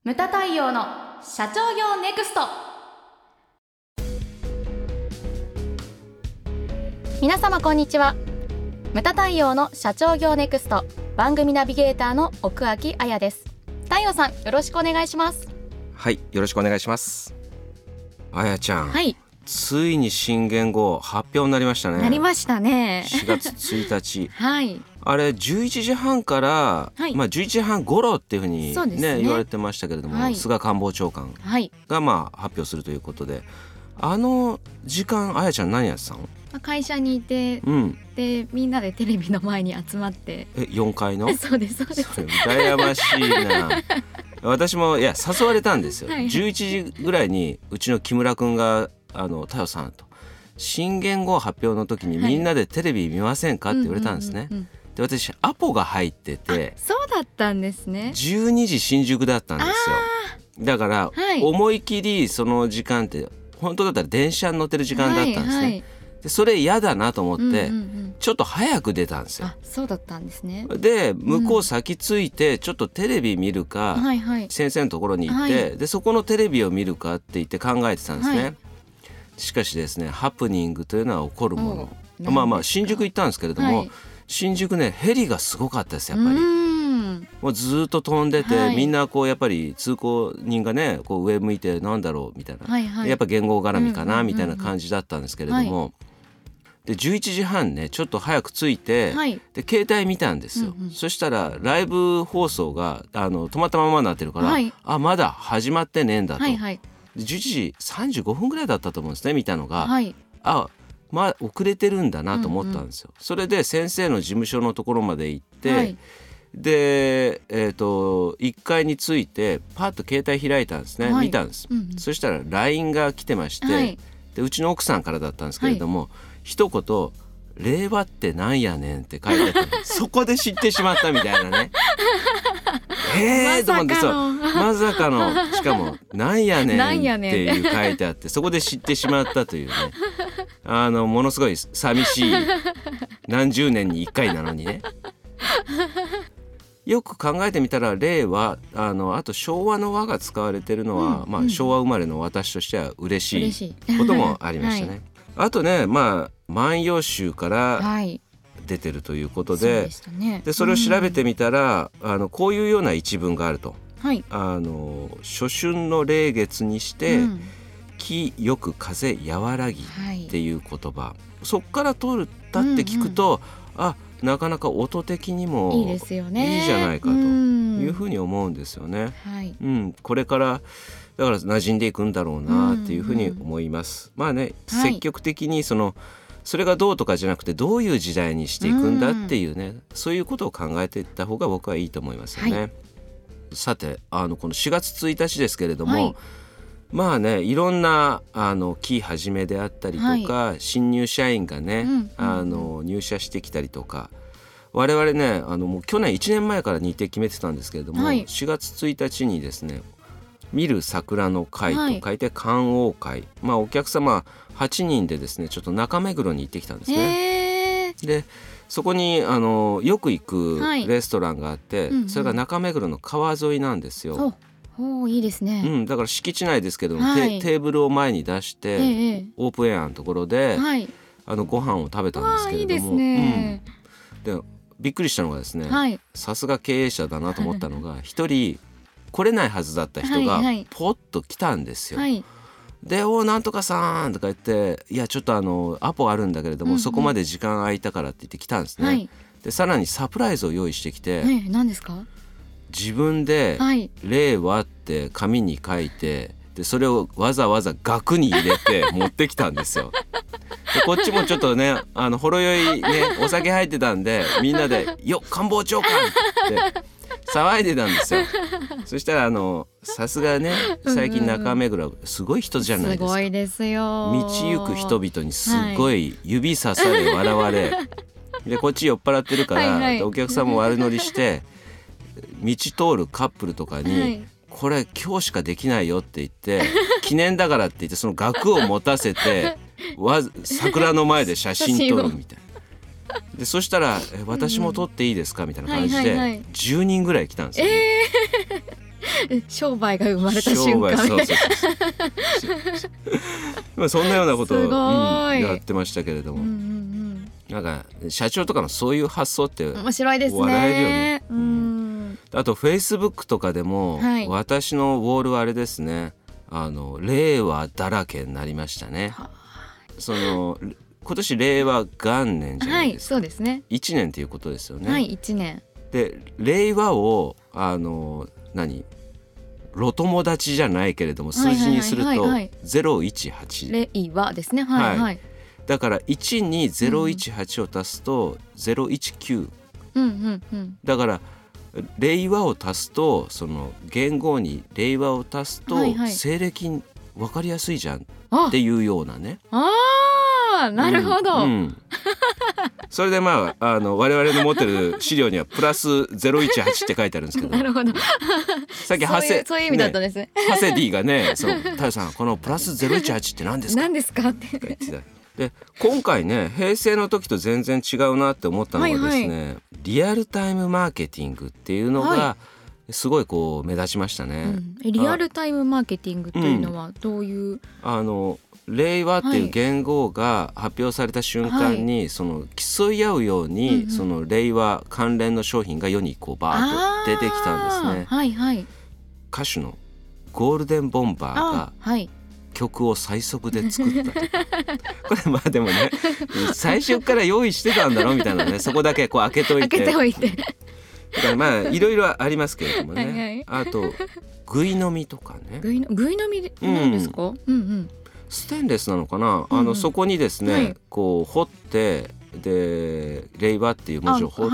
ムタ太陽の社長業ネクスト。皆様こんにちは。ムタ太陽の社長業ネクスト番組ナビゲーターの奥脇彩です。太陽さん、よろしくお願いします。 はい、よろしくお願いします。彩ちゃん、 はい、 ついに新元号発表になりましたね。 なりましたね。 4月1日はい、 あれ11時半から、 はい、 11時半頃っていうふうに、ね、言われてましたけれども、 はい、 菅官房長官が、発表するということで、あの時間彩ちゃん何やってたの？ 会社にいて、でみんなでテレビの前に集まって。 4階のそうですそうです。 それ羨ましいな私も誘われたんですよ、 はい、 11時ぐらいにうちの木村くんが太陽さんと新元号発表の時にみんなでテレビ見ませんかって言われたんですね、で私アポが入ってて、 そうだったんですね。 12時新宿だったんですよ。だから、思い切りその時間って本当だったら電車に乗ってる時間だったんですね、でそれ嫌だなと思って、ちょっと早く出たんですよ。 そうだったんですね。 で向こう先着いてちょっとテレビ見るか、先生のところに行って、でそこのテレビを見るかって言って考えてたんですね、しかしですね、ハプニングというのは起こるもの。新宿行ったんですけれども、新宿ねヘリがすごかったです。やっぱりもうずっと飛んでて、みんなこうやっぱり通行人がねこう上向いてなんだろうみたいな、やっぱ言語絡みかなみたいな感じだったんですけれども、で11時半ねちょっと早く着いて、で携帯見たんですよ、そしたらライブ放送が止まったままになってるから、まだ始まってねえんだと、11時35分ぐらいだったと思うんですね、見たのが、遅れてるんだなと思ったんですよ、それで先生の事務所のところまで行って、で、1階に着いてパッと携帯開いたんですね、見たんです、そしたら LINE が来てまして、でうちの奥さんからだったんですけれども、一言令和ってなんやねんって書いてあってそこで知ってしまったみたいなねと思って、まさかのしかもなんやねんっていう書いてあって、そこで知ってしまったというねものすごい寂しい何十年に1回なのにねよく考えてみたら令和あと昭和の和が使われてるのは、昭和生まれの私としては嬉しいこともありましたね、あとね、万葉集から出てるということで、でそれを調べてみたら、こういうような一文があると、初春の霊月にして、気よく風和らぎっていう言葉、そっから取ったって聞くと、なかなか音的にもいいですよね、いいじゃないかというふうに思うんですよね、これからだから馴染んでいくんだろうなっていうふうに思います、積極的にそれがどうとかじゃなくてどういう時代にしていくんだっていうね、そういうことを考えていった方が僕はいいと思いますよね、さてこの4月1日ですけれども、いろんな期始めであったりとか、新入社員がね、入社してきたりとか、我々ねもう去年1年前から日程決めてたんですけれども、4月1日にですね見る桜の会と書いて観桜会、お客様8人でですねちょっと中目黒に行ってきたんですね、でそこによく行くレストランがあって、それが中目黒の川沿いなんですよ。 いいですね、 だから敷地内ですけども、テーブルを前に出して、オープンエアのところで、ご飯を食べたんですけれども、いいですね、でびっくりしたのがですね、さすが経営者だなと思ったのが一人来れないはずだった人がポッと来たんですよ、でなんとかさんとか言って、いやちょっとアポあるんだけれども、そこまで時間空いたからって言って来たんですね、でさらにサプライズを用意してきて、 何ですか？ 自分で令和って紙に書いて、でそれをわざわざ額に入れて持ってきたんですよ。でこっちもちょっとねほろ酔いねお酒入ってたんで、みんなでよっ官房長官って騒いでたんですよ。そしたらさすがね最近中目黒すごい人じゃないですか。 すごいですよ。 道行く人々にすごい指さされ笑われ、でこっち酔っ払ってるから、お客さんも悪乗りして道通るカップルとかに、これ今日しかできないよって言って記念だからって言ってその額を持たせて桜の前で写真撮るみたいな。でそしたら私も撮っていいですかみたいな感じで10人ぐらい来たんですよ、 商売が生まれた瞬間みたいな。 そんなようなことを、 やってましたけれども、なんか社長とかのそういう発想って面白いですね。 笑えるよね。あとフェイスブックとかでも、私のウォールはあれですね、令和だらけになりましたね。今年令和元年じゃないですか。 そうですね。 1年っていうことですよね。 1年で令和をロ友達じゃないけれども数字にすると018、 令和ですね。 だから1に018を足すと019、だから令和を足すとその元号に令和を足すと西暦分かりやすいじゃんっていうようなね。 なるほど、 それで我々の持ってる資料にはプラス018って書いてあるんですけどなるほど。 さっきそういう意味だったんですね。 ハセディがね、太陽さんこのプラス018って何ですか？ 何ですかって言ってた。で今回ね、平成の時と全然違うなって思ったのはですね、リアルタイムマーケティングっていうのがすごいこう目立ちましたね。 リアルタイムマーケティングっていうのはどういう、 令和っていう元号が発表された瞬間に、その競い合うように、その令和関連の商品が世にこうバーッと出てきたんですね。歌手のゴールデンボンバーが曲を最速で作ったとこれでもね最初から用意してたんだろうみたいなね、そこだけこう開けといてだからいろいろありますけれどもね。あとぐい飲みとかね。 ぐい飲みなんですか？ ステンレスなのかな、そこにですね、こう彫ってで令和っていう文字を彫って、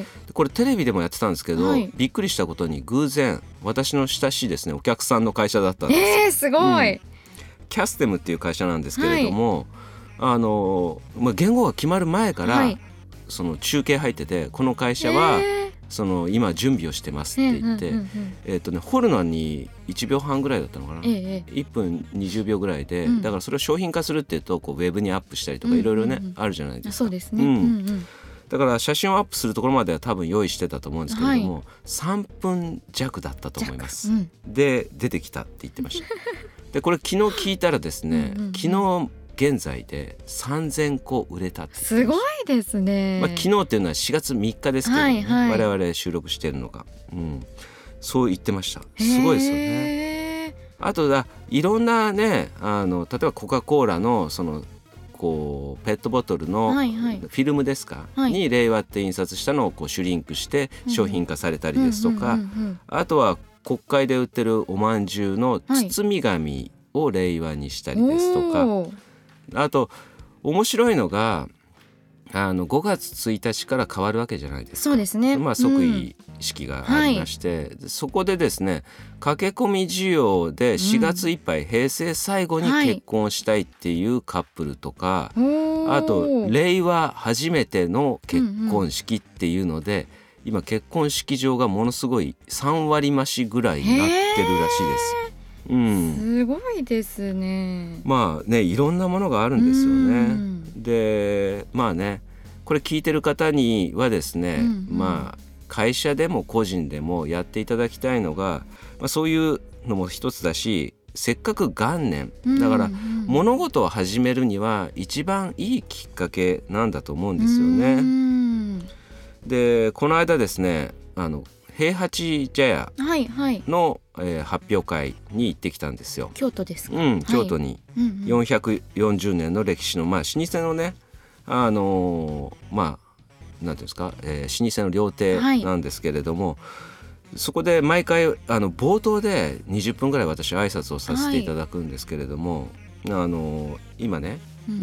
これテレビでもやってたんですけど、びっくりしたことに偶然私の親しいですねお客さんの会社だったんです。 すごい、 キャステムっていう会社なんですけれども、言語が決まる前から、その中継入ってて、この会社はその今準備をしてますって言って、掘るのに1秒半ぐらいだったのかな、1分20秒ぐらいで、だからそれを商品化するっていうとこうウェブにアップしたりとかいろいろね、あるじゃないですか。 そうですね、 だから写真をアップするところまでは多分用意してたと思うんですけれども、3分弱だったと思います、で出てきたって言ってましたでこれ昨日聞いたらですね、昨日現在で3000個売れたって。 すごいですね。 昨日っていうのは4月3日ですけどね、我々収録しているのが、そう言ってました。すごいですよね。あといろんなね、例えばコカ・コーラのそのこうペットボトルのフィルムですか、に令和って印刷したのをこうシュリンクして商品化されたりですとか、あとは国会で売ってるおまんじゅうの包み紙を令和にしたりですとか、あと面白いのが5月1日から変わるわけじゃないですか。 そうですね、 即位式がありまして、そこでですね駆け込み需要で4月いっぱい、平成最後に結婚したいっていうカップルとか、あと令和初めての結婚式っていうので、今結婚式場がものすごい3割増しぐらいになってるらしいです。 すごいですね。 いろんなものがあるんですよね。でこれ聞いてる方にはですね、会社でも個人でもやっていただきたいのが、そういうのも一つだし、せっかく元年だから物事を始めるには一番いいきっかけなんだと思うんですよね。でこの間ですね平八茶屋の、発表会に行ってきたんですよ。 京都ですか？ 京都に440年の歴史の、老舗のねなんていうんですか、老舗の料亭なんですけれども、そこで毎回冒頭で20分ぐらい私挨拶をさせていただくんですけれども、今ね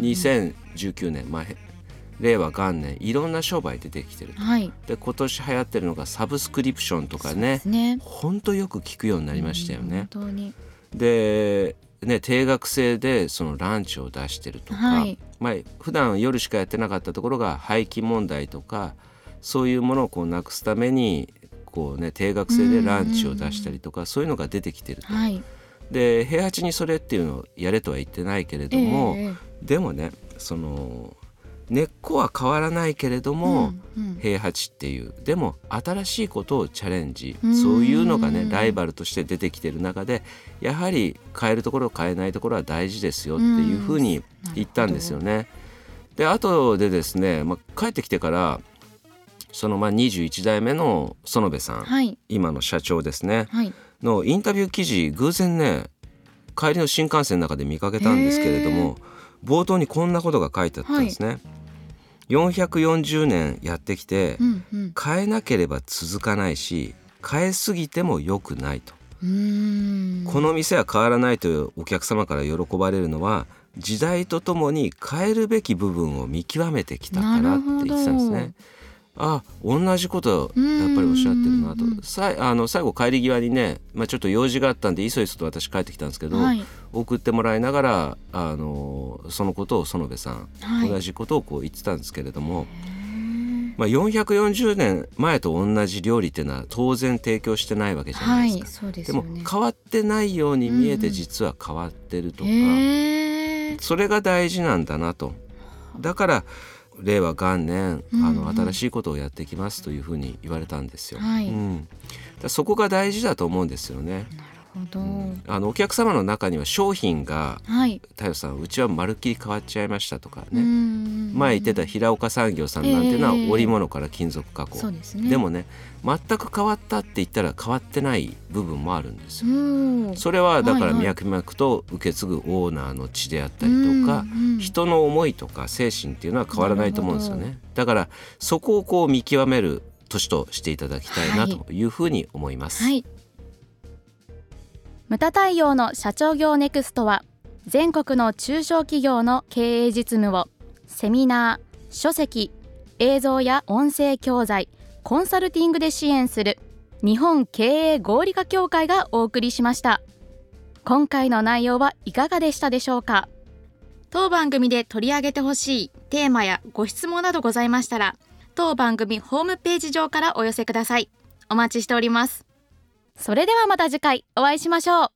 2019年、令和元年いろんな商売出てきてる、で今年流行ってるのがサブスクリプションとかね、本当よく聞くようになりましたよね。 本当にで定額制でそのランチを出してるとか、普段夜しかやってなかったところが廃棄問題とかそういうものをこうなくすためにこう、定額制でランチを出したりとか、そういうのが出てきてると、で平八にそれっていうのをやれとは言ってないけれども、でもねその根っこは変わらないけれども、平八っていうでも新しいことをチャレンジ、そういうのがねライバルとして出てきてる中で、やはり変えるところ変えないところは大事ですよっていうふうに言ったんですよね。で後でですね、帰ってきてからその21代目の園部さん、はい、今の社長ですね、はい、のインタビュー記事偶然ね帰りの新幹線の中で見かけたんですけれども、冒頭にこんなことが書いてあったんですね、はい、440年やってきて、変えなければ続かないし変えすぎても良くないと。この店は変わらないというお客様から喜ばれるのは時代とともに変えるべき部分を見極めてきたからって言ってたんですね。同じことやっぱりおっしゃってるなと。最後帰り際にね、ちょっと用事があったんでいそいそと私帰ってきたんですけど、はい、送ってもらいながらそのことを園部さん、はい、同じことをこう言ってたんですけれども、440年前と同じ料理っていうのは当然提供してないわけじゃないですか、はい、そうですよね。でも変わってないように見えて実は変わってるとか、それが大事なんだなと。だから令和元年新しいことをやっていきますというふうに言われたんですよ、はい、そこが大事だと思うんですよね。なるほど。お客様の中には商品が、はい、太陽さんうちはまるっきり変わっちゃいましたとかね、前言ってた平岡産業さんなんていうのは織物から金属加工、でもね全く変わったって言ったら変わってない部分もあるんですよ。それはだから脈々と受け継ぐオーナーの血であったりとか、人の思いとか精神っていうのは変わらないと思うんですよね。だからそこをこう見極める年としていただきたいなというふうに思います、はい。 ムタ太陽の社長業ネクストは全国の中小企業の経営実務をセミナー、書籍、映像や音声教材、コンサルティングで支援する日本経営合理化協会がお送りしました。今回の内容はいかがでしたでしょうか。当番組で取り上げてほしいテーマやご質問などございましたら、当番組ホームページ上からお寄せください。お待ちしております。それではまた次回お会いしましょう。